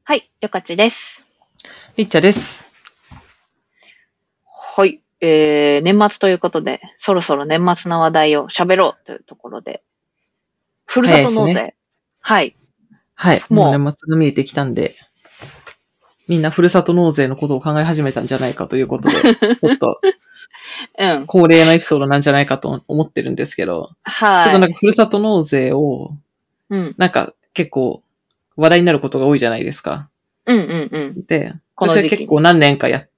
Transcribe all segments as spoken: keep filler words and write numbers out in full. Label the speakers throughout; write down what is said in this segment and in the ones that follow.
Speaker 1: はい、よかちです。
Speaker 2: りっちゃです。
Speaker 1: はい、えー、年末ということで、そろそろ年末の話題を喋ろうというところで、ふるさと納税。ね、はい。
Speaker 2: はい。もう年末が見えてきたんで、みんなふるさと納税のことを考え始めたんじゃないかということで、ちょっと、うん。恒例のエピソードなんじゃないかと思ってるんですけど、はい。ちょっとなんかふるさと納税を、うん。なんか結構話題になることが多いじゃないですか。
Speaker 1: うんうんうん。
Speaker 2: で、私は結構何年かやって、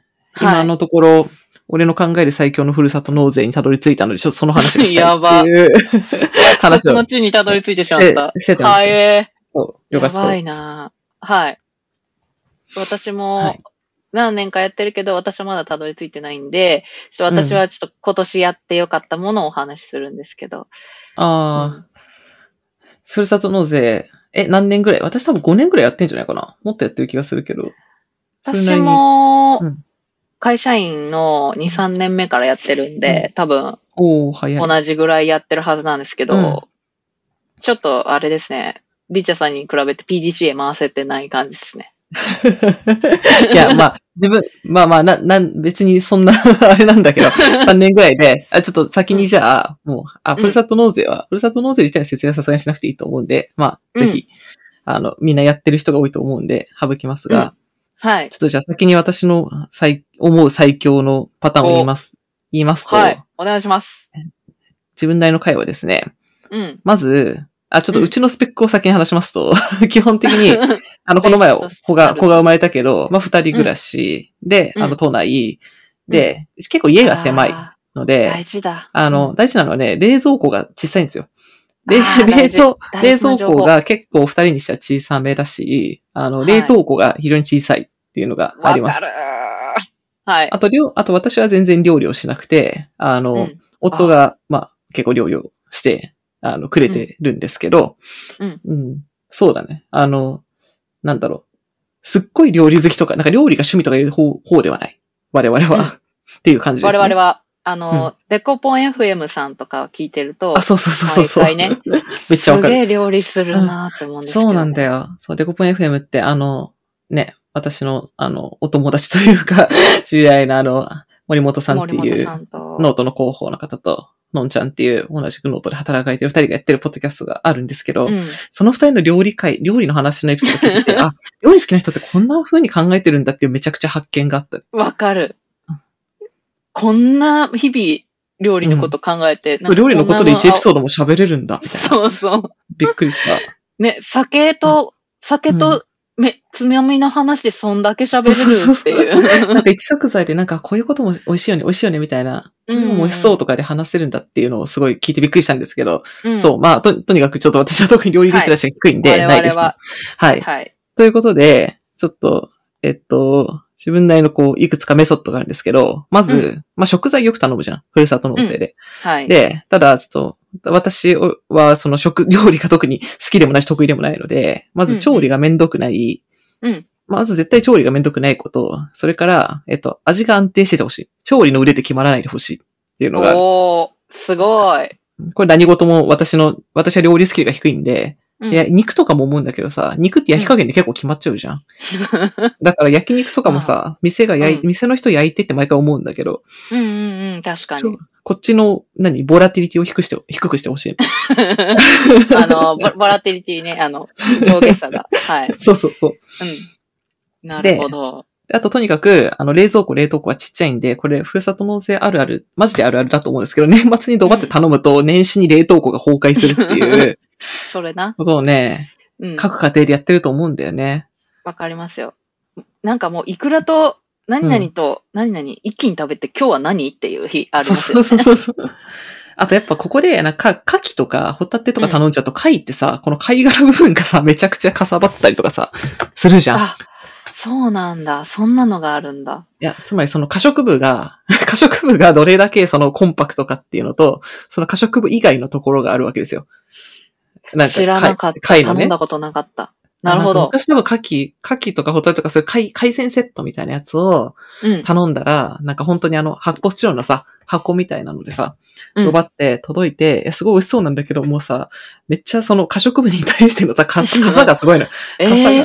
Speaker 2: 今のところ、俺の考える最強のふるさと納税にたどり着いたので、ちょっとその話をしたいっていう
Speaker 1: 話を。約束の地にたどり着いてしまった。
Speaker 2: してたんですよ。はい。そう、よかった。
Speaker 1: やばいなはい。私も何年かやってるけど、私はまだたどり着いてないんで、私はちょっと今年やってよかったものをお話しするんですけど。
Speaker 2: ああ、うん、ふるさと納税、え、何年ぐらい？私多分ごねんぐらいやってんじゃないかな。もっとやってる気がするけど。
Speaker 1: 私も、会社員のに、さんねんめからやってるんで、うん、多分、
Speaker 2: お早い。
Speaker 1: 同じぐらいやってるはずなんですけど、うん、ちょっとあれですね、リチャさんに比べて ピーディーシーエー 回せてない感じですね。
Speaker 2: いや、まあ、自分、まあまあ、な、な、別にそんな、あれなんだけど、さんねんぐらいで、あ、ちょっと先にじゃあ、うん、もう、あ、ふるさと納税は、うん、ふるさと納税自体の説明はさすがにしなくていいと思うんで、まあ、ぜひ、うん、あの、みんなやってる人が多いと思うんで、省きますが、うん、はい。ちょっとじゃあ先に私の最、思う最強のパターンを言います。言いますと、
Speaker 1: はい、お願いします。
Speaker 2: 自分なりの回はですね、うん。まず、あ、ちょっとうちのスペックを先に話しますと、うん、基本的に、あの、この前、子が、子が生まれたけど、まあ、二人暮らしで、うん、あの、都内で、うん、結構家が狭いので、
Speaker 1: 大事だ。
Speaker 2: あの、うん、大事なのはね、冷蔵庫が小さいんですよ。冷凍、冷蔵庫が結構二人にしては小さめだし、あの、冷凍庫が非常に小さいっていうのがあります。わかる。はい。あと、料、あと私は全然料理をしなくて、あの、うん、夫が、まあ、結構料理をして、あの、くれてるんですけど、うん。うん。そうだね。あの、なんだろう。すっごい料理好きとか、なんか料理が趣味とかいう方方ではない。我々は。うん、っていう感じですね。
Speaker 1: 我々は、あの、うん、デコポン エフエム さんとか聞いてると、
Speaker 2: あ、そうそうそうそう。
Speaker 1: 毎回ね。めっちゃわかる。すげえ料理するなーって思うんですけど、ね、
Speaker 2: そうなんだよ。そう、デコポン エフエム って、あの、ね、私の、あの、お友達というか、知り合いのあの、森本さんっていう、ノートの広報の方と、のんちゃんっていう同じくノートで働かれてる二人がやってるポッドキャストがあるんですけど、うん、その二人の料理会、料理の話のエピソードを聞いて、あ、料理好きな人ってこんな風に考えてるんだっていうめちゃくちゃ発見があった。
Speaker 1: わかる。こんな日々料理のこと考えて、うん、
Speaker 2: そう、料理のことでいちエピソードも喋れるんだ、みたいな。
Speaker 1: そうそう。
Speaker 2: びっくりした。
Speaker 1: ね、酒と、うん、酒と、め、つまみの話でそんだけ喋れるっていう。
Speaker 2: なんか一食材でなんかこういうことも美味しいよね、美味しいよねみたいな、こういうのも美味しそうとかで話せるんだっていうのをすごい聞いてびっくりしたんですけど、うん、そう、まあと、とにかくちょっと私は特に料理リテラシーが低いんで、はい、ないですね。ははい。はい。ということで、ちょっと、えっと、自分なりのこう、いくつかメソッドがあるんですけど、まず、うん、まあ食材よく頼むじゃん。ふるさと納税で。うん、はい。で、ただちょっと、私はその食、料理が特に好きでもないし得意でもないので、まず調理がめんどくない、うん、うんまず絶対調理がめんどくないこと、それから、えっと、味が安定しててほしい。調理の腕で決まらないでほしいっていうのがある。
Speaker 1: おー、すごい。
Speaker 2: これ何事も私の、私は料理スキルが低いんで、うん、いや、肉とかも思うんだけどさ、肉って焼き加減で結構決まっちゃうじゃん。うん、だから焼肉とかもさ、店が焼い、うん、店の人焼いてって毎回思うんだけど。
Speaker 1: うんうんうん、確かに。
Speaker 2: こっちの、何、ボラティリティを低くして、低くしてほしい。
Speaker 1: あのボ、ボラティリティね、あの、上下差が。はい。
Speaker 2: そうそうそう。うん。
Speaker 1: なるほど。
Speaker 2: あととにかく、あの、冷蔵庫、冷凍庫はちっちゃいんで、これ、ふるさと納税あるある、マジであるあるだと思うんですけど、年末にドバって頼むと、年始に冷凍庫が崩壊するっていう。
Speaker 1: それな。
Speaker 2: ことをね、うん、各家庭でやってると思うんだよね。
Speaker 1: わかりますよ。なんかもう、いくらと、何々と、何々、一気に食べて、今日は何っていう日あるんですよ、ね。
Speaker 2: そうそうそうそう。あとやっぱここで、なんか、牡蠣とか、ホタテとか頼んじゃうと、貝ってさ、この貝殻部分がさ、めちゃくちゃかさばったりとかさ、するじゃん。
Speaker 1: あ、そうなんだ。そんなのがあるんだ。
Speaker 2: いや、つまりその可食部が、可食部がどれだけそのコンパクトかっていうのと、その可食部以外のところがあるわけですよ。
Speaker 1: なんか知らなかった。貝のね、頼んだことなかった。なるほど。
Speaker 2: 昔でも牡蠣、牡蠣とかホタテとかそういう海、海鮮セットみたいなやつを頼んだら、うん、なんか本当にあの発泡スチロールのさ、箱みたいなのでさ、奪って届いて、うん、すごい美味しそうなんだけど、もうさ、めっちゃその可食部に対してのさ、かさがすごいの。
Speaker 1: えー、
Speaker 2: かさが、
Speaker 1: そうな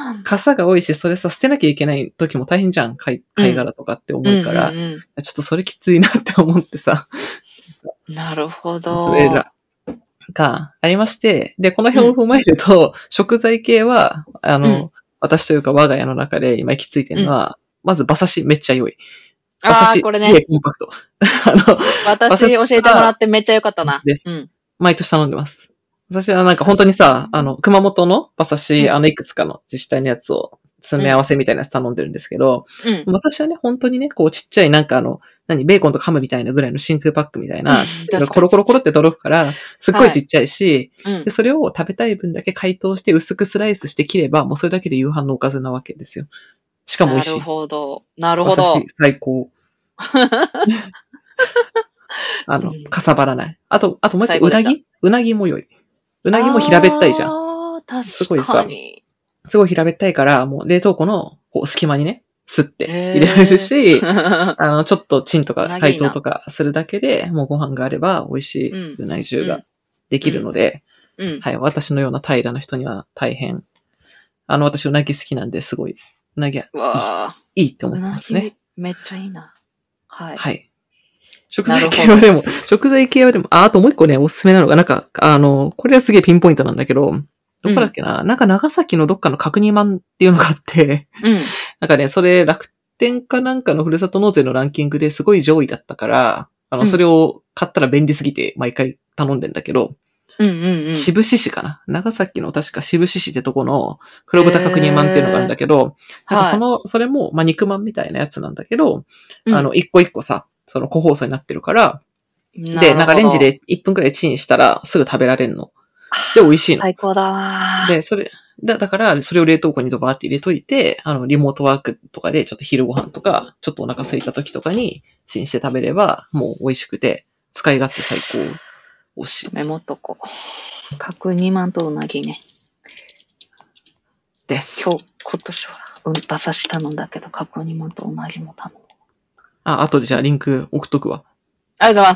Speaker 2: 傘が多いし、それさ、捨てなきゃいけない時も大変じゃん。貝、貝殻とかって思うから、うんうんうん、ちょっとそれきついなって思ってさ。
Speaker 1: なるほど。
Speaker 2: それらがありまして、で、この辺を踏まえると、うん、食材系は、あの、うん、私というか我が家の中で今行き着いてるのは、うん、まず馬刺しめっちゃ良い。馬刺し、
Speaker 1: あーこれね。
Speaker 2: コンパクト。あの、
Speaker 1: 私教えてもらってめっちゃ良かったな。
Speaker 2: です。うん。毎年頼んでます。私はなんか本当にさ、あの、熊本の馬刺し、うん、あの、いくつかの自治体のやつを詰め合わせみたいなやつ頼んでるんですけど、うん、馬刺しはね、本当にね、こうちっちゃいなんかあの、何、ベーコンとハムみたいなぐらいの真空パックみたいな、コロコロコロって届くから、すっごいちっちゃいし、はい、で、それを食べたい分だけ解凍して薄くスライスして切れば、もうそれだけで夕飯のおかずなわけですよ。しかも美味しい。
Speaker 1: なるほど。なるほど。
Speaker 2: 馬刺し最高。あの、かさばらない。あと、あともう一個、うなぎうなぎも良い。うなぎも平べったいじゃん。
Speaker 1: ああ、確かに。
Speaker 2: すごいさ、すごい平べったいから、もう冷凍庫のこう隙間にね、スッて入れられるし、あの、ちょっとチンとか解凍とかするだけで、もうご飯があれば美味しいうなぎ重ができるので、うんうん、はい、私のような平らな人には大変。あの、私うなぎ好きなんで、すごい、うなぎはいい、いいって思ってますね。
Speaker 1: めっちゃいいな。はい。
Speaker 2: はい。食材系はでも、食材系はでも、あ、あともう一個ね、おすすめなのが、なんか、あの、これはすげえピンポイントなんだけど、どこだっけな、うん、なんか長崎のどっかの角煮まんっていうのがあって、うん、なんかね、それ楽天かなんかのふるさと納税のランキングですごい上位だったから、あの、それを買ったら便利すぎて毎回頼んでんだけど、
Speaker 1: うんうんうん、
Speaker 2: 志布志市かな長崎の確か志布志市ってとこの黒豚角煮まんっていうのがあるんだけど、なんかその、はい、それも、まあ、肉まんみたいなやつなんだけど、うん、あの、一個一個さ、その個包装になってるから、で、なんかレンジでいっぷんくらいチンしたらすぐ食べられるの。で、美味しいの。
Speaker 1: 最高だな
Speaker 2: で、それ、だ、だから、それを冷凍庫にドバーって入れといて、あの、リモートワークとかでちょっと昼ご飯とか、ちょっとお腹空いた時とかにチンして食べれば、もう美味しくて、使い勝手最高。推し。
Speaker 1: メモっとこう。角煮まんとうなぎね。
Speaker 2: です。
Speaker 1: 今日、今年は、うん、馬刺し頼んだけど、角煮まんとうなぎも頼む。
Speaker 2: あ、後でじゃあリンク送っとくわ。
Speaker 1: ありがとうございます。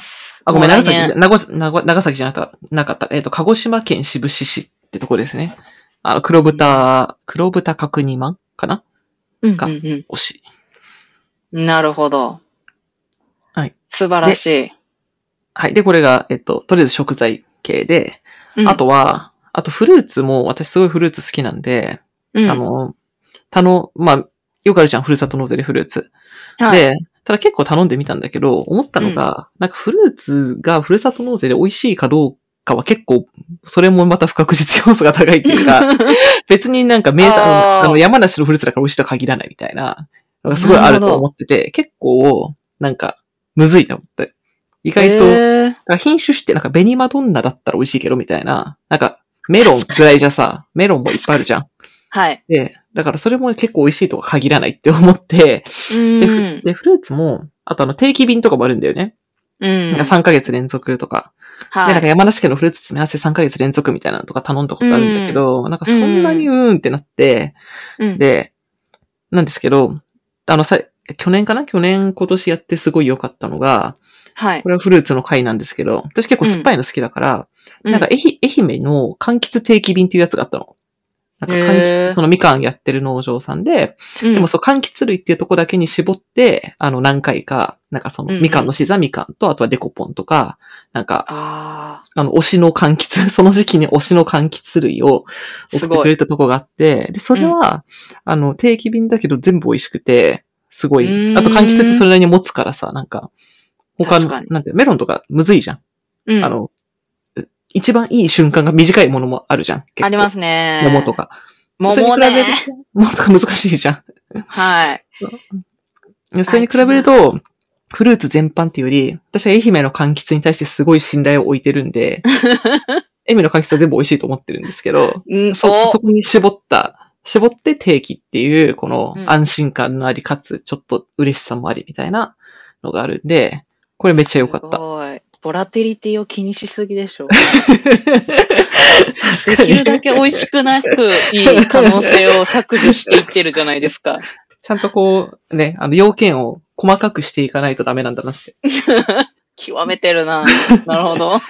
Speaker 2: あ、ごめん、長崎じゃ、長、長、長崎じゃなかった、なかった。えっと、鹿児島県志布志市ってとこですね。あの、黒豚、黒豚角煮まんかな
Speaker 1: うん
Speaker 2: が、
Speaker 1: うんうん、
Speaker 2: 推し。
Speaker 1: なるほど。
Speaker 2: はい。
Speaker 1: 素晴らしい。
Speaker 2: はい。で、これが、えっと、とりあえず食材系で、うん、あとは、あとフルーツも、私すごいフルーツ好きなんで、うん、あの、たの、まあ、よくあるじゃん、ふるさと納税でフルーツ。はい、で、ただ結構頼んでみたんだけど、思ったのが、うん、なんかフルーツがふるさと納税で美味しいかどうかは結構、それもまた不確実要素が高いっていうか、別になんか名産、あの山梨のフルーツだから美味しいとは限らないみたいなのがすごいあると思ってて、結構、なんか、むずいと思って。意外と、えー、品種して、なんかベニマドンナだったら美味しいけどみたいな、なんかメロンぐらいじゃさ、メロンもいっぱいあるじゃん。
Speaker 1: はい。
Speaker 2: で、だからそれも結構美味しいとは限らないって思って、で、で、フルーツも、あとあの定期便とかもあるんだよね。うん。なんかさんかげつ連続とか。はい。で、なんか山梨県のフルーツ詰め合わせさんかげつ連続みたいなのとか頼んだことあるんだけど、うん、なんかそんなにうーんってなって、うん、で、なんですけど、あのさ、去年かな去年今年やってすごい良かったのが、はい。これはフルーツの回なんですけど、私結構酸っぱいの好きだから、うん、なんか愛媛の柑橘定期便っていうやつがあったの。なんか柑橘、そのみかんやってる農場さんで、うん、でもそう柑橘類っていうとこだけに絞って、あの何回か、なんかそのみかんのシザみかんと、あとはデコポンとか、なんか、あ, あの推しの柑橘、その時期に推しの柑橘類を送ってくれたとこがあって、で、それは、うん、あの定期便だけど全部美味しくて、すごい、あと柑橘ってそれなりに持つからさ、なんか、他の、なんて、メロンとかむずいじゃん。うん、あの、一番いい瞬間が短いものもあるじゃん。
Speaker 1: ありますね。
Speaker 2: 桃とか。
Speaker 1: 桃ね。
Speaker 2: 桃とか難しいじゃん。
Speaker 1: はい。
Speaker 2: それに比べると、フルーツ全般っていうより、私は愛媛の柑橘に対してすごい信頼を置いてるんで、愛媛の柑橘は全部美味しいと思ってるんですけど、うん、そ、そこに絞った、絞って定期っていう、この安心感のあり、かつちょっと嬉しさもありみたいなのがあるんで、これめっちゃ良かった。
Speaker 1: すごい。ボラティリティを気にしすぎでしょ。できるだけ美味しくなくいい可能性を削除していってるじゃないですか。
Speaker 2: ちゃんとこう、ね、あの、要件を細かくしていかないとダメなんだなって。
Speaker 1: 極めてるな。なるほど。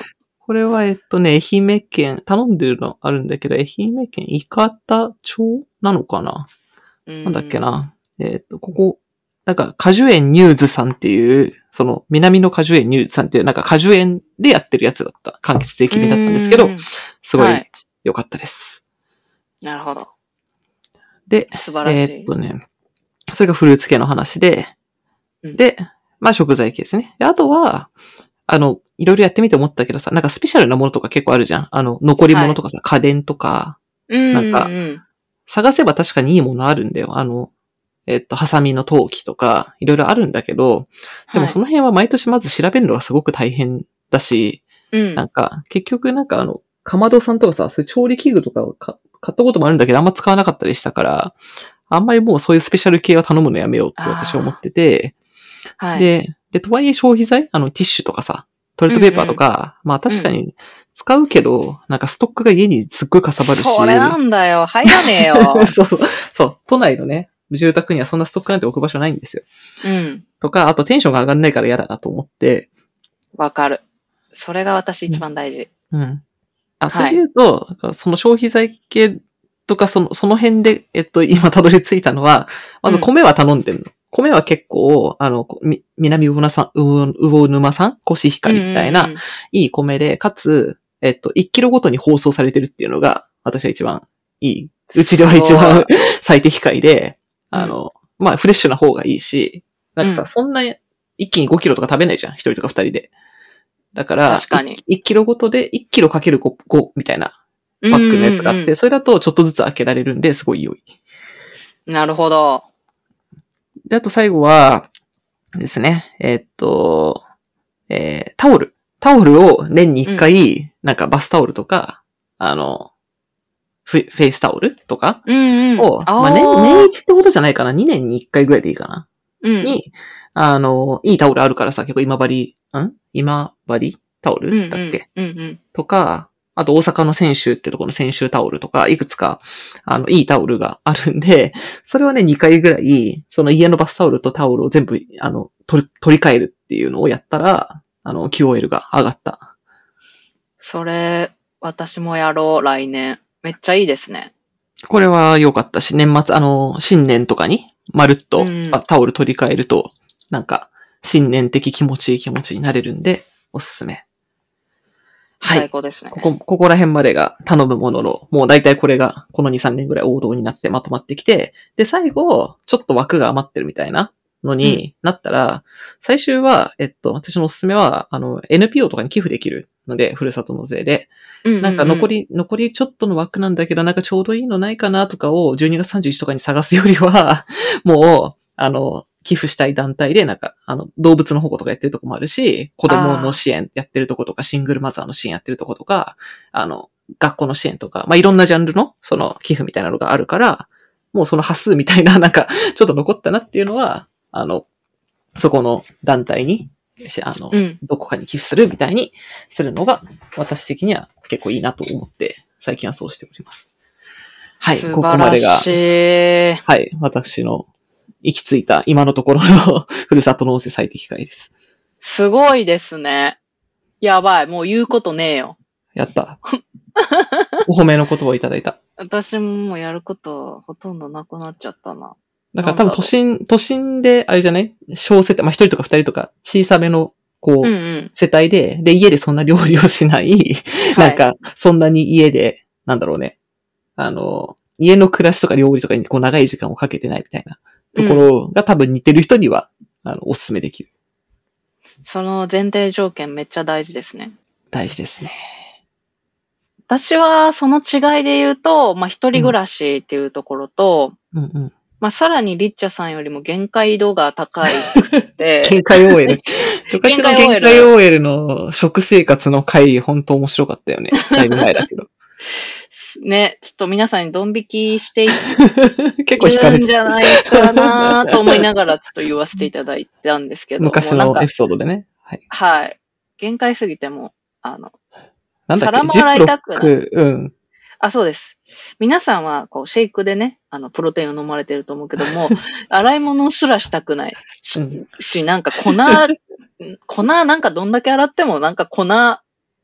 Speaker 2: これは、えっとね、愛媛県、頼んでるのあるんだけど、愛媛県伊方町なのかな、なんだっけな。えっと、ここ、なんか、果樹園ニューズさんっていう、その、南の果樹園ニューズさんっていう、なんか果樹園でやってるやつだった。柑橘定期便だったんですけど、すごい良かったです。
Speaker 1: はい、なるほど。
Speaker 2: で、
Speaker 1: 素晴らしい。
Speaker 2: えー、っとね、それがフルーツ系の話で、うん、で、まあ食材系ですね。で、あとは、あの、いろいろやってみて思ったけどさ、なんかスペシャルなものとか結構あるじゃん。あの、残り物とかさ、はい、家電とか、なんか、探せば確かにいいものあるんだよ。あの、えっと、ハサミの陶器とか、いろいろあるんだけど、でもその辺は毎年まず調べるのがすごく大変だし、はい、なんか、結局なんかあの、かまどさんとかさ、そういう調理器具とかを買ったこともあるんだけど、あんま使わなかったりしたから、あんまりもうそういうスペシャル系は頼むのやめようって私は思ってて、はい、で、で、とはいえ消費財あの、ティッシュとかさ、トイレットペーパーとか、うんうん、まあ確かに使うけど、うん、なんかストックが家にすっごいかさばるし。
Speaker 1: それなんだよ。入らねえよ。
Speaker 2: そう、そう、都内のね、住宅にはそんなストックなんて置く場所ないんですよ。うん。とか、あとテンションが上がんないから嫌だなと思って。
Speaker 1: わかる。それが私一番大事。
Speaker 2: うん。うん、あ、それで言うと、はい、その消費財系とか、その、その辺で、えっと、今たどり着いたのは、まず米は頼んでんの。うん、米は結構、あの、み、南魚沼さん、魚沼さんコシヒカリみたいな、いい米で、かつ、えっと、いちキロごとに包装されてるっていうのが、私は一番いい。うちでは一番最適解で、あの、うん、まあ、フレッシュな方がいいし、なんかさ、うん、そんな、一気にごキロとか食べないじゃん。一人とか二人で。だから、
Speaker 1: 確かに。
Speaker 2: いちキロごとでいちキロかけるごみたいなバッグのやつがあって、うんうんうん、それだとちょっとずつ開けられるんで、すごい良い。
Speaker 1: なるほど。
Speaker 2: で、あと最後は、ですね、えー、っと、えー、タオル。タオルを年に一回、うん、なんかバスタオルとか、あの、フェイスタオルとかを、うんうん、まあ年、年一ってことじゃないかな。にねんにいっかいぐらいでいいかな。うん、に、あの、いいタオルあるからさ、結構今治、ん今治タオルだっけ、うんうんうんうん、とか、あと大阪の泉州ってところの泉州タオルとか、いくつか、あの、いいタオルがあるんで、それはね、にかいぐらい、その家のバスタオルとタオルを全部、あの、取り、取り替えるっていうのをやったら、あの、キューオーエル が上がった。
Speaker 1: それ、私もやろう、来年。めっちゃいいですね。
Speaker 2: これは良かったし、年末、あの、新年とかに、まるっと、うん、タオル取り替えると、なんか、新年的気持ちいい気持ちになれるんで、おすすめ。はい。
Speaker 1: 最高ですね。
Speaker 2: ここ、ここら辺までが頼むものの、もう大体これがこのに、さんねんぐらい王道になってまとまってきて、で、最後、ちょっと枠が余ってるみたいなのになったら、うん、最終は、えっと、私のおすすめは、あの、エヌピーオー とかに寄付できるので、ふるさと納税で。うんうんうん、なんか残り、残りちょっとの枠なんだけど、なんかちょうどいいのないかなとかをじゅうにがつさんじゅういちにちとかに探すよりは、もう、あの、寄付したい団体で、なんか、あの、動物の保護とかやってるとこもあるし、子供の支援やってるとことか、シングルマザーの支援やってるとことか、あの、学校の支援とか、まあ、いろんなジャンルの、その、寄付みたいなのがあるから、もうその端数みたいな、なんか、ちょっと残ったなっていうのは、あの、そこの団体に、あの、うん、どこかに寄付するみたいにするのが、私的には結構いいなと思って、最近はそうしております。はい、ここまでが、はい、私の、行き着いた今のところのふるさと納税最適解です。
Speaker 1: すごいですね。やばい。もう言うことねえよ。
Speaker 2: やった。お褒めの言葉をいただいた。
Speaker 1: 私ももうやることほとんどなくなっちゃったな。
Speaker 2: だから多分都心、都心で、あれじゃない小世帯、まあ一人とか二人とか小さめの、こう、うんうん、世帯で、で、家でそんな料理をしない、はい、なんか、そんなに家で、なんだろうね。あの、家の暮らしとか料理とかにこう長い時間をかけてないみたいな。ところが多分似てる人には、うん、あの、おすすめできる。
Speaker 1: その前提条件めっちゃ大事ですね。
Speaker 2: 大事ですね。
Speaker 1: 私はその違いで言うと、まあ、一人暮らしっていうところと、
Speaker 2: うんうんうん、
Speaker 1: まあ、さらにリッチャさんよりも限界度が高いくて。
Speaker 2: 限界 オーエル。十勝の限界 オーエルの食生活の回、本当面白かったよね。だいぶ前だけど。
Speaker 1: ね、ちょっと皆さんにドン引きしてい
Speaker 2: 結構惹かれ
Speaker 1: るんじゃないかなと思いながらちょっと言わせていただいたんですけど。
Speaker 2: 昔のエピソードでね。
Speaker 1: はい。はい。限界すぎても、あの、
Speaker 2: なんだっけ、
Speaker 1: 皿も洗いたくない。
Speaker 2: うん。
Speaker 1: あ、そうです。皆さんは、こう、シェイクでね、あの、プロテインを飲まれてると思うけども、洗い物すらしたくないし、うん、しなんか粉、粉なんかどんだけ洗ってもなんか粉、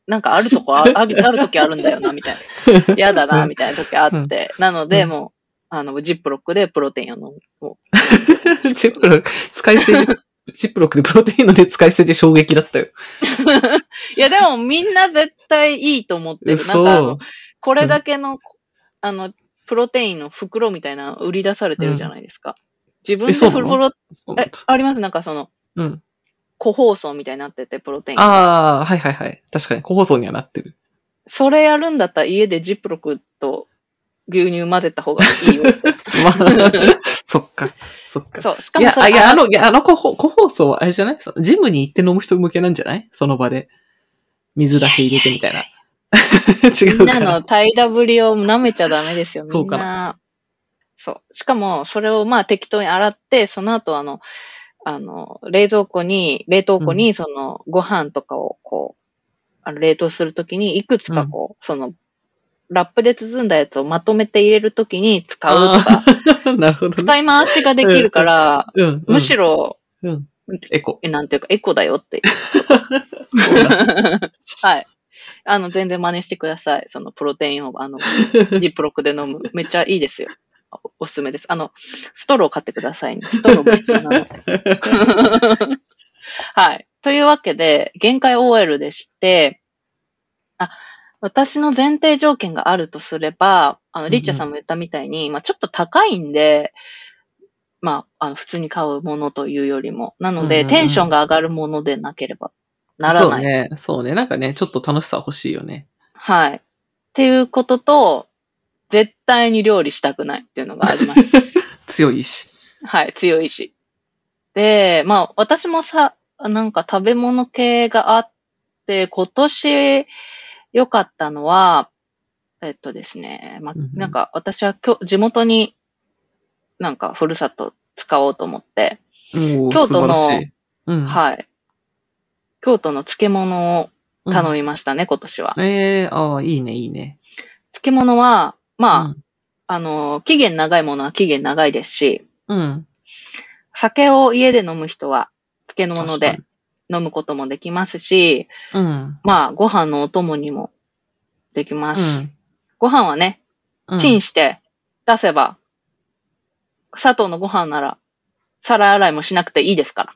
Speaker 1: なんかあるとこあ、あある時あるんだよな、みたいな。嫌だな、みたいな時あって。うん、なので、もう、あの、ジップロックでプロテインを飲む。
Speaker 2: ジップロック、使い捨て、ジップロックでプロテインので使い捨てて衝撃だったよ。
Speaker 1: いや、でもみんな絶対いいと思ってる。なんかあの、これだけの、うん、あの、プロテインの袋みたいなの売り出されてるじゃないですか。うん、自分でフルプロ、え、ありますなんかその、うん。個包装みたいになってて、プロテインが。
Speaker 2: ああ、はいはいはい。確かに、個包装にはなってる。
Speaker 1: それやるんだったら家でジップロックと牛乳混ぜた方がいいよって。ま
Speaker 2: あ、そっか。そっか。
Speaker 1: そう。しかも
Speaker 2: それいや、いや、あの、いや、あの個包、個包装はあれじゃないジムに行って飲む人向けなんじゃないその場で。水だけ入れてみたいな。いやいや違うかな。
Speaker 1: みんなのタイダブリを舐めちゃダメですよ、みんな。そうかな。そう。しかも、それをまあ適当に洗って、その後あの、あの、冷蔵庫に、冷凍庫に、その、ご飯とかをこう、あの冷凍するときに、いくつかこう、うん、その、ラップで包んだやつをまとめて入れるときに使うとか、
Speaker 2: なるほどね、
Speaker 1: 使い回しができるから、うんうんうん、むしろ、
Speaker 2: うん、エコ。
Speaker 1: え、なんていうか、エコだよっていう。はい。あの、全然真似してください。その、プロテインを、あの、ジップロックで飲む。めっちゃいいですよ。おすすめです。あの、ストロー買ってくださいね。ストローも必要なので。はい。というわけで、限界 オーエル でして、あ、私の前提条件があるとすれば、あの、リッチャさんも言ったみたいに、うん、まあちょっと高いんで、まあ、あの、普通に買うものというよりも。なので、うんうんうん、テンションが上がるものでなければならない。
Speaker 2: そうね。そうね。なんかね、ちょっと楽しさ欲しいよね。
Speaker 1: はい。っていうことと、絶対に料理したくないっていうのがあります。
Speaker 2: 強いし。
Speaker 1: はい、強いし。で、まあ、私もさ、なんか食べ物系があって、今年良かったのは、えっとですね、まあ、なんか私は今日地元になんかふるさと使おうと思って、
Speaker 2: 京
Speaker 1: 都の、
Speaker 2: うん、
Speaker 1: はい、京都の漬物を頼みましたね、うん、今年は。
Speaker 2: ええー、ああ、いいね、いいね。
Speaker 1: 漬物は、まあ、うん、あの、期限長いものは期限長いですし、
Speaker 2: うん。
Speaker 1: 酒を家で飲む人は漬物で飲むこともできますし、
Speaker 2: うん、
Speaker 1: まあ、ご飯のお供にもできます。うん、ご飯はね、チンして出せば、うん、砂糖のご飯なら、皿洗いもしなくていいですから。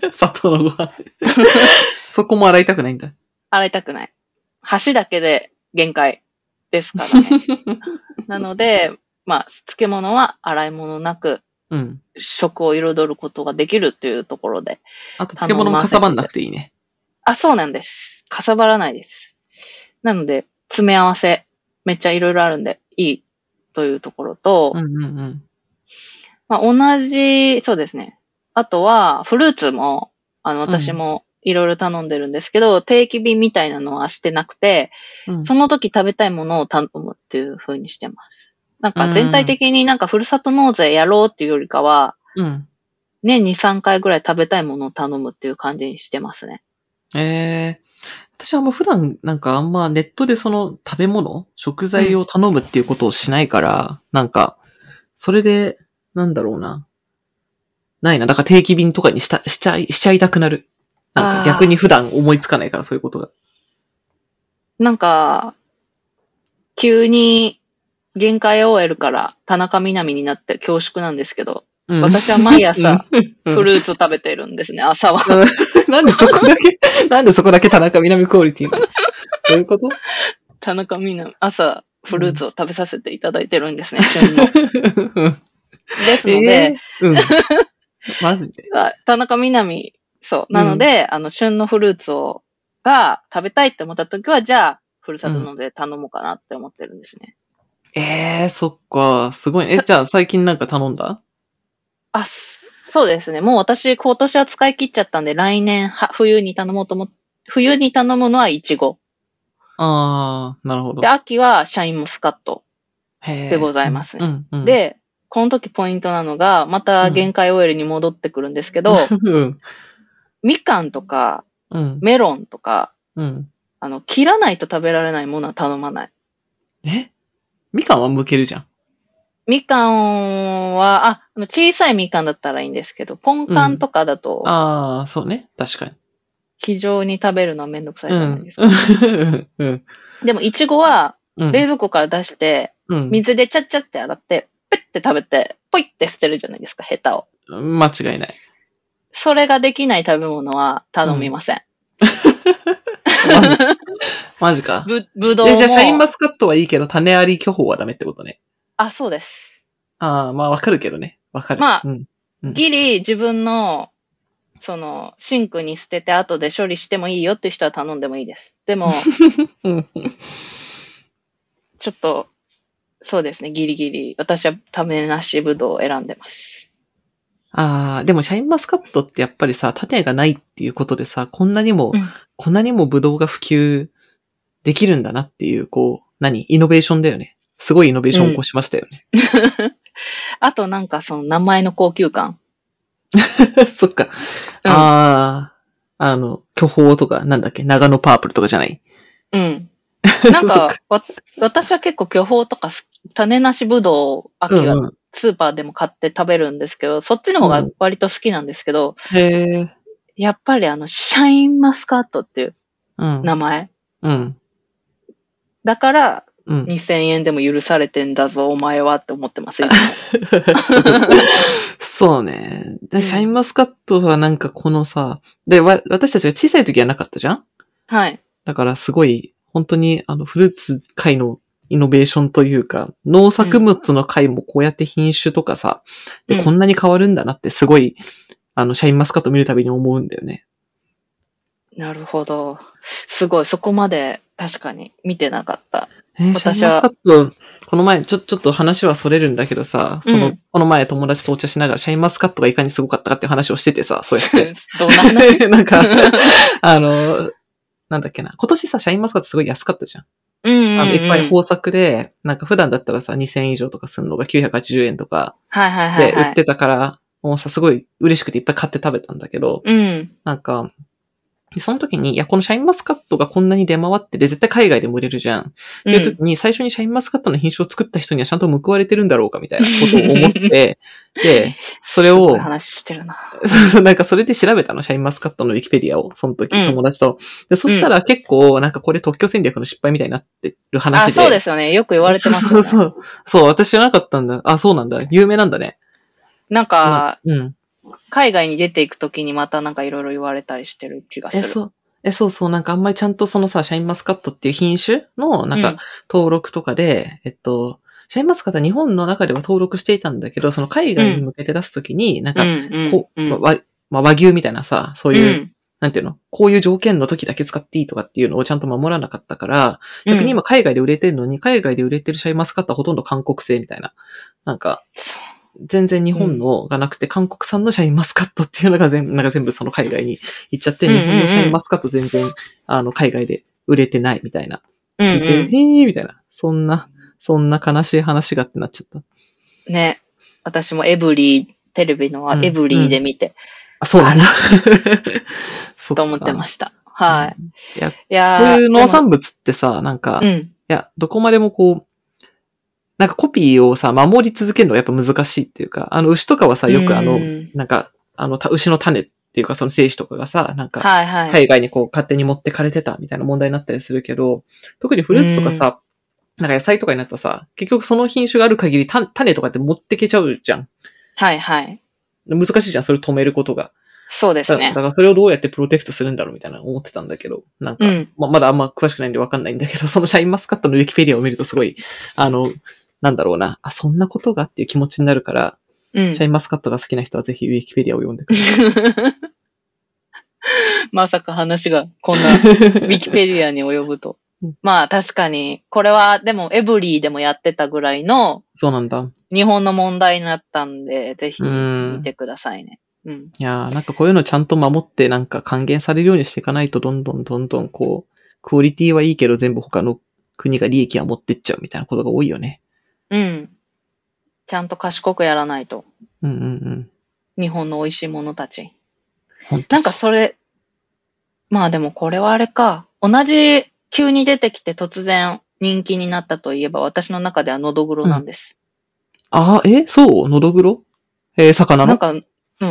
Speaker 2: 砂糖のご飯。そこも洗いたくないんだ。
Speaker 1: 洗いたくない。箸だけで限界ですからね。なので、まあ、漬物は洗い物なく、うん、食を彩ることができるというところで。
Speaker 2: あと、漬物もかさばんなくていいね。
Speaker 1: あ、そうなんです。かさばらないです。なので、詰め合わせ、めっちゃいろいろあるんで、いいというところと、
Speaker 2: うんうんうん
Speaker 1: まあ、同じ、そうですね。あとは、フルーツも、あの、私もいろいろ頼んでるんですけど、うん、定期便みたいなのはしてなくて、うん、その時食べたいものを頼むっていう風にしてます。なんか全体的になんかふるさと納税やろうっていうよりかは、うん、年にさんかいぐらい食べたいものを頼むっていう感じにしてますね。
Speaker 2: ええー、私はもう普段なんかあんまネットでその食べ物、食材を頼むっていうことをしないから、うん、なんか、それで、なんだろうな。ないな。だから定期便とかにした、しちゃい、しちゃいたくなる。なんか逆に普段思いつかないからそういうことが。
Speaker 1: なんか、急に限界 オーエル から田中みな実になって恐縮なんですけど、うん、私は毎朝フルーツ食べてるんですね、朝は。
Speaker 2: なんでそこだけ、なんでそこだけ田中みな実クオリティなの？どういうこと？
Speaker 1: 田中みな実、朝フルーツを食べさせていただいてるんですね、旬の。ですので、
Speaker 2: えーうん、マジで
Speaker 1: 田中みな実、そう。なので、うん、あの、旬のフルーツを、が食べたいって思った時は、じゃあ、ふるさと納税頼もうかなって思ってるんですね。
Speaker 2: うん、ええー、そっか。すごい。え、じゃあ最近なんか頼んだ？
Speaker 1: あ、そうですね。もう私、今年は使い切っちゃったんで、来年は、冬に頼もうと思っ、冬に頼むのはイチゴ。
Speaker 2: ああ、なるほど。
Speaker 1: で、秋はシャインマスカットでございますね。うんうん、で、この時ポイントなのが、また限界 オーエル に戻ってくるんですけど、うん、みかんとか、うん、メロンとか、うん、あの、切らないと食べられないものは頼まない。
Speaker 2: え？みかんは剥けるじゃん。
Speaker 1: みかんは、あ、小さいみかんだったらいいんですけど、ポンカンとかだと。
Speaker 2: うん、ああ、そうね。確かに。
Speaker 1: 非常に食べるのはめんどくさいじゃないですか。
Speaker 2: うんうん、
Speaker 1: でも、いちごは、冷蔵庫から出して、うん、水でチャッチャって洗って、ペッて食べて、ポイって捨てるじゃないですか、ヘタを。
Speaker 2: 間違いない。
Speaker 1: それができない食べ物は頼みません。うん、
Speaker 2: マジマジか。
Speaker 1: ぶ、ぶどうも。
Speaker 2: じゃあ、シャインマスカットはいいけど、種あり巨峰はダメってことね。
Speaker 1: あ、そうです。
Speaker 2: ああ、まあわかるけどね。わかる。
Speaker 1: まあ、
Speaker 2: うんうん、
Speaker 1: ギリ自分の、その、シンクに捨てて後で処理してもいいよっていう人は頼んでもいいです。でも、ちょっと、そうですね、ギリギリ。私は種なしぶどうを選んでます。
Speaker 2: ああ、でもシャインマスカットってやっぱりさ、種がないっていうことでさ、こんなにも、うん、こんなにもぶどうが普及できるんだなっていう、こう、何イノベーションだよね。すごいイノベーションを起こしましたよね。
Speaker 1: うん、あとなんかその名前の高級感。
Speaker 2: そっか。うん、ああ、あの、巨峰とか、なんだっけ、長野パープルとかじゃない。
Speaker 1: うん。なんか、か私は結構巨峰とか種なしぶどう、秋はスーパーでも買って食べるんですけど、うんうん、そっちの方が割と好きなんですけど、
Speaker 2: うん、へー、
Speaker 1: やっぱりあの、シャインマスカットっていう名前。
Speaker 2: うん。うん、だ
Speaker 1: から、にせんえんでも許されてんだぞ、お前はって思ってます、いつも。
Speaker 2: そうね。で、シャインマスカットはなんかこのさ、で、わ、私たちが小さい時はなかったじゃん？
Speaker 1: はい。
Speaker 2: だからすごい、本当にあの、フルーツ界のイノベーションというか、農作物の界もこうやって品種とかさ、うん、で、こんなに変わるんだなってすごい、あの、シャインマスカット見るたびに思うんだよね。
Speaker 1: なるほど。すごい、そこまで確かに見てなかった。
Speaker 2: えー、シャインマスカット、この前、ちょ、ちょっと話はそれるんだけどさ、その、うん、この前友達とお茶しながらシャインマスカットがいかにすごかったかっていう話をしててさ、そうやって。
Speaker 1: どんな話
Speaker 2: なんか、あの、なんだっけな。今年さ、シャインマスカットすごい安かったじゃん。
Speaker 1: うんうんうん、
Speaker 2: あのいっぱい豊作で、なんか普段だったらさ、にせんえん以上とかするのがきゅうひゃくはちじゅうえんとか
Speaker 1: はいはいはい、はい。
Speaker 2: で売ってたから、もうさ、すごい嬉しくていっぱい買って食べたんだけど、
Speaker 1: うん、
Speaker 2: なんか、その時に、いや、このシャインマスカットがこんなに出回ってて、絶対海外でも売れるじゃん。っていう時に、最初にシャインマスカットの品種を作った人にはちゃんと報われてるんだろうかみたいなことを思って、で、それを、すごい
Speaker 1: 話してるな。
Speaker 2: そうそう、なんかそれで調べたの、シャインマスカットのウィキペディアを、その時、友達と。で、そしたら結構、なんかこれ特許戦略の失敗みたいになってる話で。
Speaker 1: あ、そうですよね。よく言われてますよね。
Speaker 2: そうそう。そう、私知らなかったんだ。あ、そうなんだ。有名なんだね。
Speaker 1: なんか、
Speaker 2: うん。
Speaker 1: 海外に出ていくときにまたなんかいろいろ言われたりしてる気がする。
Speaker 2: え、そう。え、そうそう、なんかあんまりちゃんとそのさ、シャインマスカットっていう品種の、なんか、登録とかで、うん、えっと、シャインマスカットは日本の中では登録していたんだけど、その海外に向けて出すときに、うん、なんか、こう、うんうん、ま、まあ、和牛みたいなさ、そういう、うん、なんていうの、こういう条件の時だけ使っていいとかっていうのをちゃんと守らなかったから、逆に今海外で売れてるのに、海外で売れてるシャインマスカットはほとんど韓国製みたいな。なんか、全然日本のがなくて、韓国産のシャインマスカットっていうのが全、なんか全部その海外に行っちゃって、日本のシャインマスカット全然、あの、海外で売れてないみたいな。聞いて、へーみたいな。そんな、そんな悲しい話がってなっちゃった。
Speaker 1: ね。私もエブリー、テレビのはエブリーで見て。うんうん、
Speaker 2: あ、そうなんだ。
Speaker 1: と思ってました。はい。
Speaker 2: いや、いやこういう農産物ってさ、なんか、うん、いや、どこまでもこう、なんかコピーをさ、守り続けるのがやっぱ難しいっていうか、あの牛とかはさ、よくあの、なんか、あの、牛の種っていうかその精子とかがさ、なんか、海外にこう勝手に持ってかれてたみたいな問題になったりするけど、特にフルーツとかさ、なんか野菜とかになったらさ、結局その品種がある限り種とかって持ってけちゃうじゃん。
Speaker 1: はいはい。
Speaker 2: 難しいじゃん、それ止めることが。
Speaker 1: そうですね。
Speaker 2: だからそれをどうやってプロテクトするんだろうみたいな思ってたんだけど、なんか、うん、まあ、まだあんま詳しくないんでわかんないんだけど、そのシャインマスカットのウィキペディアを見るとすごい、あの、なんだろうな。あ、そんなことがっていう気持ちになるから、うん、シャインマスカットが好きな人はぜひウィキペディアを読んでください。
Speaker 1: まさか話がこんなウィキペディアに及ぶと。まあ確かに、これはでもエブリーでもやってたぐらいの、
Speaker 2: そうなんだ。
Speaker 1: 日本の問題になったんで、ぜひ見てくださいね。うん。
Speaker 2: いやー、なんかこういうのちゃんと守ってなんか還元されるようにしていかないと、どんどんどんどんこう、クオリティはいいけど全部他の国が利益は持ってっちゃうみたいなことが多いよね。
Speaker 1: うん。ちゃんと賢くやらないと。
Speaker 2: うんうんうん。
Speaker 1: 日本の美味しいものたち。なんかそれ、まあでもこれはあれか。同じ急に出てきて突然人気になったといえば私の中ではのどぐろなんです。
Speaker 2: うん、ああ、えそうのどぐろえー、魚の
Speaker 1: なんか、うん。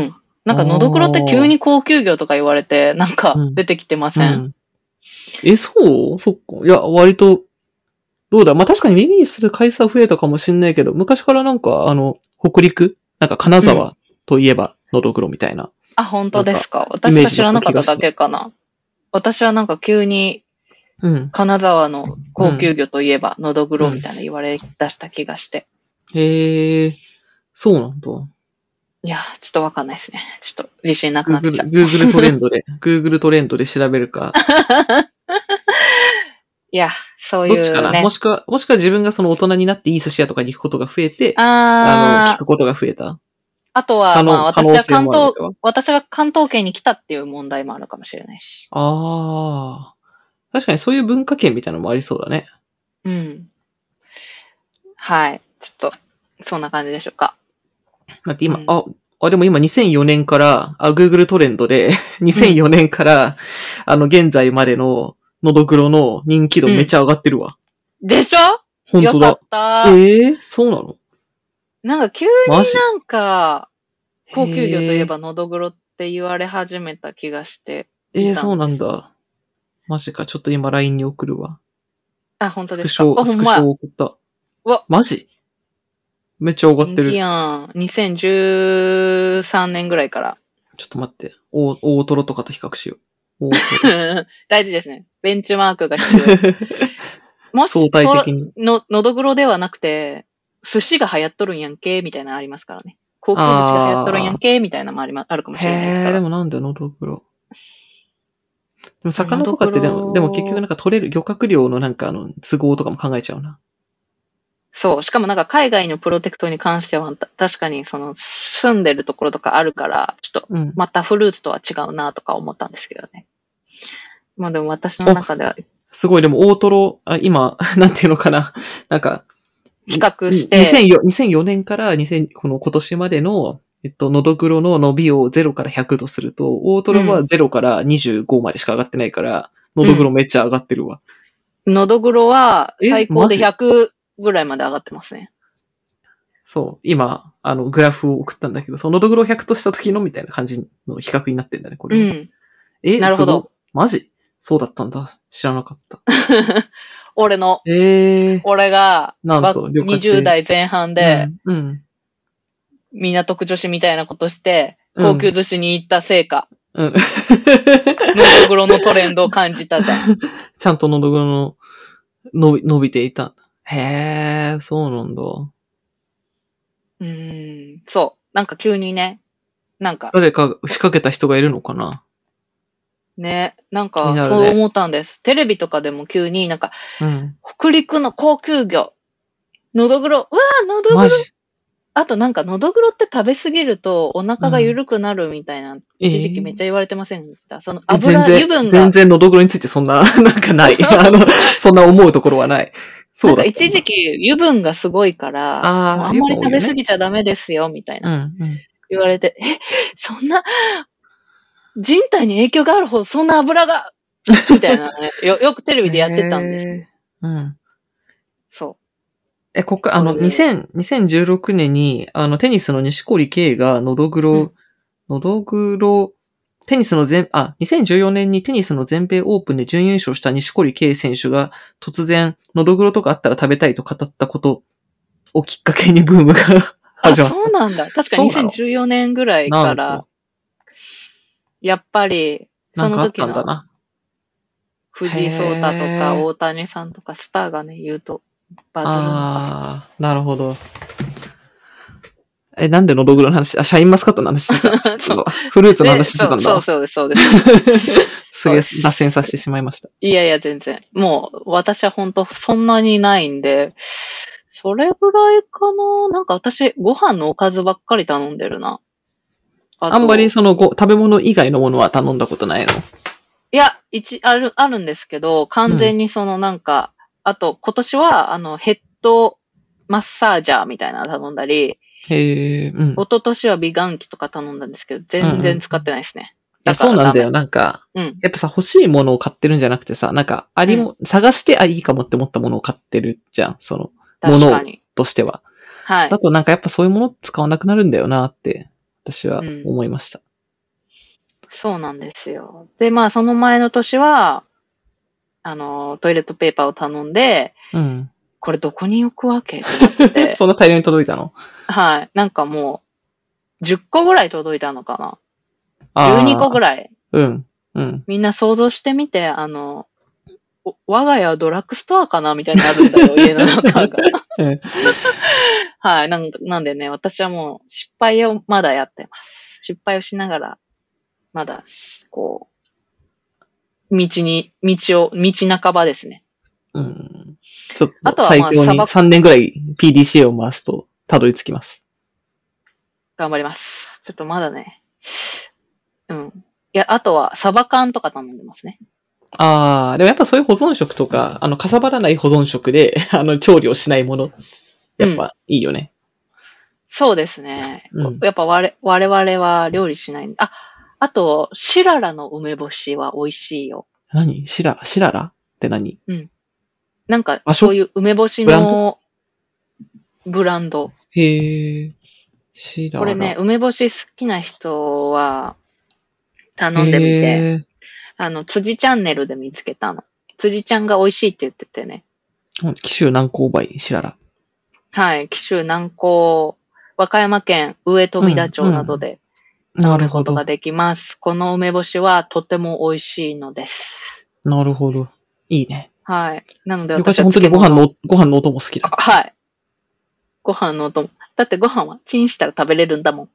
Speaker 1: なんか、のどぐろって急に高級魚とか言われて、なんか出てきてません、うんうん、
Speaker 2: え、そうそっか。いや、割と、どうだまあ確かに耳にする回数は増えたかもしんないけど、昔からなんか、あの、北陸なんか金沢といえばのどぐろみたいな。うん、
Speaker 1: あ、本当ですか。私が知らなかっただけかな。私はなんか急に、うん、金沢の高級魚といえばのどぐろみたいな言われ出した気がして。
Speaker 2: うん、へえ、そうなんだ。
Speaker 1: いや、ちょっとわかんないですね。ちょっと自信なくなってきた。
Speaker 2: Google, Google トレンドで、Google トレンドで調べるか。
Speaker 1: いや、そういう、ね。
Speaker 2: どっちかなもしくは、もしくは自分がその大人になっていい寿司屋とかに行くことが増えて、あ, あの、聞くことが増えた。
Speaker 1: あとは、まあ私は関東、私が関東圏に来たっていう問題もあるかもしれないし。
Speaker 2: ああ。確かにそういう文化圏みたいなのもありそうだね。
Speaker 1: うん。はい。ちょっと、そんな感じでしょうか。
Speaker 2: だって今、うん、あ、あ、でも今にせんよねんから、あ、Google トレンドで、にせんよねんから、うん、あの、現在までの、のどぐろの人気度めっちゃ上がってるわ。
Speaker 1: うん、でしょ
Speaker 2: 本当だ。
Speaker 1: よかった。
Speaker 2: ええー、そうなの
Speaker 1: なんか急になんか、高級魚といえばのどぐろって言われ始めた気がして
Speaker 2: ええー、そうなんだ。マジか、ちょっと今 ライン に送るわ。
Speaker 1: あ、本当ですか。スクショ、
Speaker 2: スクショ送った。わ、マジめっちゃ上がってる。
Speaker 1: 人気やん。にせんじゅうさんねんぐらいから。
Speaker 2: ちょっと待って。大、大トロとかと比較しよう。
Speaker 1: 大事ですね。ベンチマークが必要。もし、相対的にの、のどぐろではなくて、寿司が流行っとるんやんけ、みたいなのありますからね。高級寿司が流行っとるんやんけ、みたいなのもありま、あるかもしれないですから。
Speaker 2: へー、でもなんだよ、のどぐろ。でも魚とかってでも、でも結局なんか取れる漁獲量のなんかあの、都合とかも考えちゃうな。
Speaker 1: そう。しかもなんか海外のプロテクトに関しては、確かにその住んでるところとかあるから、ちょっとまたフルーツとは違うなとか思ったんですけどね。うん、まあでも私の中では。
Speaker 2: すごい、でも大トロ、あ今、なんていうのかな。なんか、
Speaker 1: 比較して。
Speaker 2: にせんよん、にせんよねんからにせん、この今年までの、えっと、のどぐろの伸びをゼロからひゃくとすると、大トロはゼロからにじゅうごまでしか上がってないから、のどぐろめっちゃ上がってるわ。
Speaker 1: のどぐろは最高でひゃくぐらいまで上がってますね。
Speaker 2: そう。今、あの、グラフを送ったんだけど、そののどぐろひゃくとした時のみたいな感じの比較になってんだね、これ。うん。え、なるほど。マジそうだったんだ。知らなかった。
Speaker 1: 俺の、
Speaker 2: えー、
Speaker 1: 俺が、
Speaker 2: なんと、
Speaker 1: にじゅう代前半で、
Speaker 2: うん、うん、
Speaker 1: 港区女子みたいなことして、高級寿司に行った成果。うん。のどぐろのトレンドを感じたじゃん。
Speaker 2: ちゃんとのどぐろの伸び、伸びていた。へー、そうなんだ。
Speaker 1: うーん、そう。なんか急にね、なんか。
Speaker 2: 誰か仕掛けた人がいるのかな
Speaker 1: ね、なんか、そう思ったんです、ね。テレビとかでも急になんか、うん、北陸の高級魚、のどぐろ、うわー、のどぐろ。あとなんか、のどぐろって食べ過ぎるとお腹が緩くなるみたいな、うん、一時期めっちゃ言われてませんでした。えー、その油、油分が。
Speaker 2: 全然のどぐろについてそんな、なんかない。あの、そんな思うところはない。
Speaker 1: そうだ。なんか一時期油分がすごいから、あ, あんまり食べ過ぎちゃダメですよ、みたいな、うんうん。言われて、え、そんな、人体に影響があるほどそんな油がみたいなねよ。よくテレビでやってたんです、ね。うん。そう。
Speaker 2: え、こっか、あの、にせん、にせんじゅうろくねんに、あの、テニスの錦織圭が、のどぐろ、うん、のどぐろ、テニスの全、あ、にせんじゅうよねんにテニスの全米オープンで準優勝した錦織圭選手が、突然、のどぐろとかあったら食べたいと語ったことをきっかけにブームが始まった。あ、
Speaker 1: そうなんだ。確かににせんじゅうよねんぐらいから、やっぱり、その時の、藤井聡太とか大谷さんとかスターがね、言うとバズるのか。
Speaker 2: ああ、なるほど。え、なんでのどぐろの話、あ、シャインマスカットの話してた。フルーツの話してたんだ。
Speaker 1: そうそうです、そうです。
Speaker 2: すげえ脱線させてしまいました。
Speaker 1: いやいや、全然。もう、私は本当そんなにないんで、それぐらいかな。なんか私、ご飯のおかずばっかり頼んでるな。
Speaker 2: あ, あんまりそのご、食べ物以外のものは頼んだことないの？
Speaker 1: いや、一、ある、あるんですけど、完全にそのなんか、うん、あと、今年は、あの、ヘッドマッサージャーみたいなの頼んだり、
Speaker 2: へー、うん。
Speaker 1: 一昨年は美顔器とか頼んだんですけど、全然使ってないですね。
Speaker 2: うんうん、いや、そうなんだよ。なんか、うん、やっぱさ、欲しいものを買ってるんじゃなくてさ、なんか、ありも、うん、探して、あ、いいかもって思ったものを買ってるじゃん。その、ものとしては。はい。だとなんかやっぱそういうもの使わなくなるんだよなって、私は思いました。
Speaker 1: そうなんですよ。で、まあその前の年は、あの、トイレットペーパーを頼んで、
Speaker 2: うん。
Speaker 1: これどこに置くわけって。
Speaker 2: そんな大量に届いたの？
Speaker 1: はい。なんかもう、じゅっこぐらい届いたのかな。
Speaker 2: あ
Speaker 1: じゅうにこぐらい。
Speaker 2: うん。うん。
Speaker 1: みんな想像してみて、あの、我が家はドラッグストアかなみたいになるんだよ、家の中が。はい。なんなんでね、私はもう失敗をまだやってます。失敗をしながら、まだ、こう、道に、道を、道半ばですね。
Speaker 2: うん。ちょっと、
Speaker 1: あとはまあ
Speaker 2: 最強に
Speaker 1: 砂漠
Speaker 2: さんねんぐらい ピーディーシーエー を回すと、たどり着きます。
Speaker 1: 頑張ります。ちょっとまだね。うん。いや、あとは、サバ缶とか頼んでますね。
Speaker 2: ああ、でもやっぱそういう保存食とか、あの、かさばらない保存食で、あの、調理をしないもの、やっぱいいよね。うん、
Speaker 1: そうですね。
Speaker 2: うん、
Speaker 1: やっぱ我我々は料理しないんで。あ、あと、シララの梅干しは美味しいよ。
Speaker 2: 何シラ、シララって何？
Speaker 1: うん。なんか、そういう梅干しのブランド。
Speaker 2: へえ。シララ。
Speaker 1: これね、梅干し好きな人は頼んでみて、あの、辻チャンネルで見つけたの。辻ちゃんが美味しいって言っててね。
Speaker 2: 紀州南高梅、シララ。
Speaker 1: はい、紀州南高、和歌山県上富田町などで頼むことができます。この梅干しはとても美味しいのです。
Speaker 2: なるほど。いいね。
Speaker 1: はい。なので
Speaker 2: 私は本当にご飯の、ご飯のお供好きだ。
Speaker 1: はい。ご飯のお供。だってご飯はチンしたら食べれるんだもん。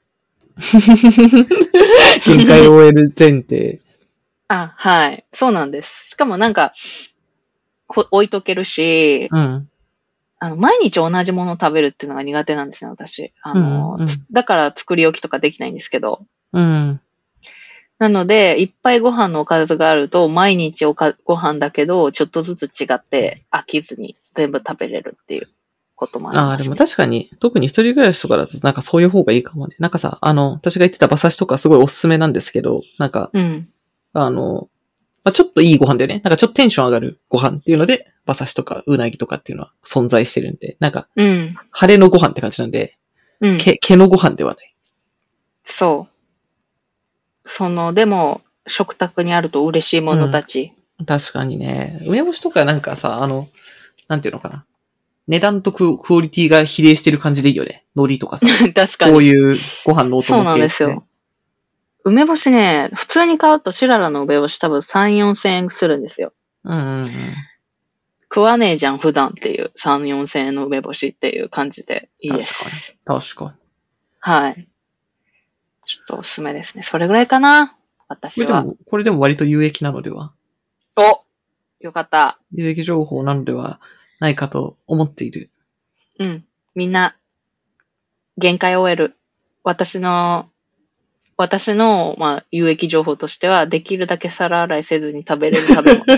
Speaker 2: 限界を終える前提。
Speaker 1: あ、はい。そうなんです。しかもなんか、置いとけるし、
Speaker 2: うん。
Speaker 1: あの、毎日同じものを食べるっていうのが苦手なんですね、私。あの、
Speaker 2: うんうん、
Speaker 1: だから作り置きとかできないんですけど。
Speaker 2: うん。
Speaker 1: なので、いっぱいご飯のおかずがあると、毎日おかご飯だけど、ちょっとずつ違って飽きずに全部食べれるっていうこともあります、ね。
Speaker 2: ああ、でも確かに、特に一人暮らしとかだと、なんかそういう方がいいかもね。なんかさ、あの、私が言ってた馬刺しとかすごいおすすめなんですけど、なんか、
Speaker 1: うん。
Speaker 2: あの、まあ、ちょっといいご飯だよね。なんかちょっとテンション上がるご飯っていうので、馬刺しとかうなぎとかっていうのは存在してるんで、なんか、
Speaker 1: うん。
Speaker 2: 晴れのご飯って感じなんで、
Speaker 1: うん。
Speaker 2: 毛、毛のご飯ではない。
Speaker 1: そう。その、でも、食卓にあると嬉しいものたち。
Speaker 2: うん、確かにね。梅干しとかなんかさ、あの、なんていうのかな。値段とクオリティが比例してる感じでいいよね。海苔とかさ。
Speaker 1: 確かに。
Speaker 2: そういうご飯のお供系、ね。
Speaker 1: そうなんですよ。梅干しね、普通に買うとシララの梅干し多分さん、よんせんえんするんですよ。
Speaker 2: うんうんうん。
Speaker 1: 食わねえじゃん、普段っていうさん、よんせんえんの梅干しっていう感じでいいです。
Speaker 2: 確かに。確かに。
Speaker 1: はい。ちょっとおすすめですね。それぐらいかな、私は。
Speaker 2: これでも、これでも割と有益なのでは？
Speaker 1: お、よかった。
Speaker 2: 有益情報なのではないかと思っている。
Speaker 1: うん。みんな、限界を終える。私の、私の、まあ、有益情報としては、できるだけ皿洗いせずに食べれる食べ物。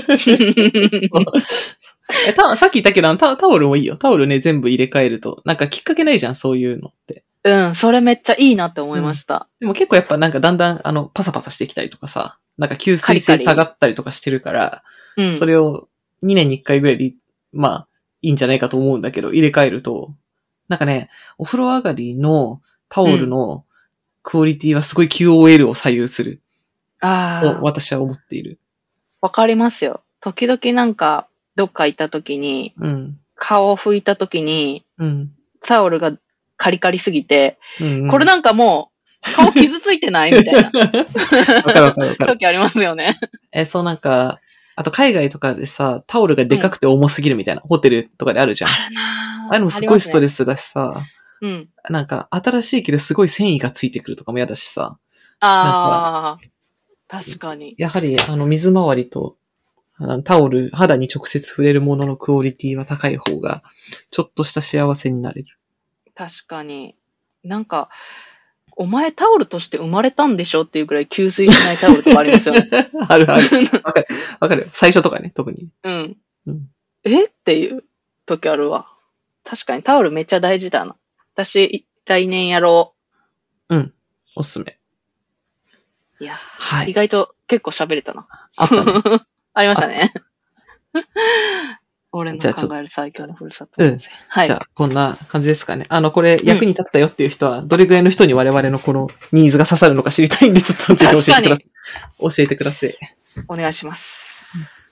Speaker 2: えたさっき言ったけどタ、タオルもいいよ。タオルね、全部入れ替えると。なんかきっかけないじゃん、そういうのって。
Speaker 1: うん、それめっちゃいいなって思いました。
Speaker 2: うん、でも結構やっぱなんかだんだん、あの、パサパサしてきたりとかさ、なんか吸水性下がったりとかしてるから、カリカリ、うん、それをにねんにいっかいぐらいで、まあ、いいんじゃないかと思うんだけど、入れ替えると、なんかね、お風呂上がりのタオルのクオリティはすごい キューオーエル を左右する。
Speaker 1: ああ。
Speaker 2: と私は思っている。
Speaker 1: わかりますよ。時々なんか、どっか行った時に、うん、顔を拭いた時に、うん、タオルがカリカリすぎて、うんうん、これなんかもう、顔傷ついてないみたいな。わかる
Speaker 2: わかるわかる。
Speaker 1: 時ありますよね。
Speaker 2: え、そうなんか、あと海外とかでさ、タオルがでかくて重すぎるみたいな、うん、ホテルとかであるじゃん。
Speaker 1: あるなぁ。
Speaker 2: あれもすごいストレスだしさ、
Speaker 1: ね、うん。
Speaker 2: なんか新しいけどすごい繊維がついてくるとかも嫌だしさ。
Speaker 1: ああ、確かに。
Speaker 2: やはりあの水回りとタオル、肌に直接触れるもののクオリティは高い方が、ちょっとした幸せになれる。
Speaker 1: 確かに。なんか、お前タオルとして生まれたんでしょっていうくらい吸水しないタオルとかありますよね。
Speaker 2: あるある。わかる。わかる。最初とかね、特に。
Speaker 1: うん。うん、えっていう時あるわ。確かにタオルめっちゃ大事だな。私、来年やろ
Speaker 2: う。うん。おすすめ。
Speaker 1: いや、はい、意外と結構喋れたな。
Speaker 2: あったね。
Speaker 1: ありましたね。 俺の考える最強のふるさと
Speaker 2: うん。
Speaker 1: 温泉。はい。
Speaker 2: じゃあ、こんな感じですかね。あの、これ、役に立ったよっていう人は、どれぐらいの人に我々のこのニーズが刺さるのか知りたいんで、ちょっとぜひ教えてください。教えてください。
Speaker 1: お願いします。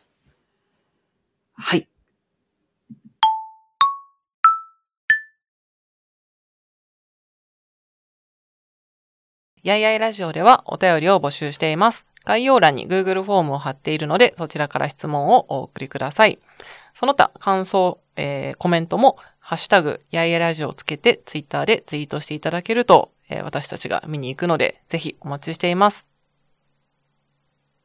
Speaker 2: はい。
Speaker 3: やいやいラジオではお便りを募集しています。概要欄に Google フォームを貼っているので、そちらから質問をお送りください。その他、感想、えー、コメントも、ハッシュタグ、やいやいラジオをつけて、ツイッターでツイートしていただけると、えー、私たちが見に行くので、ぜひお待ちしています。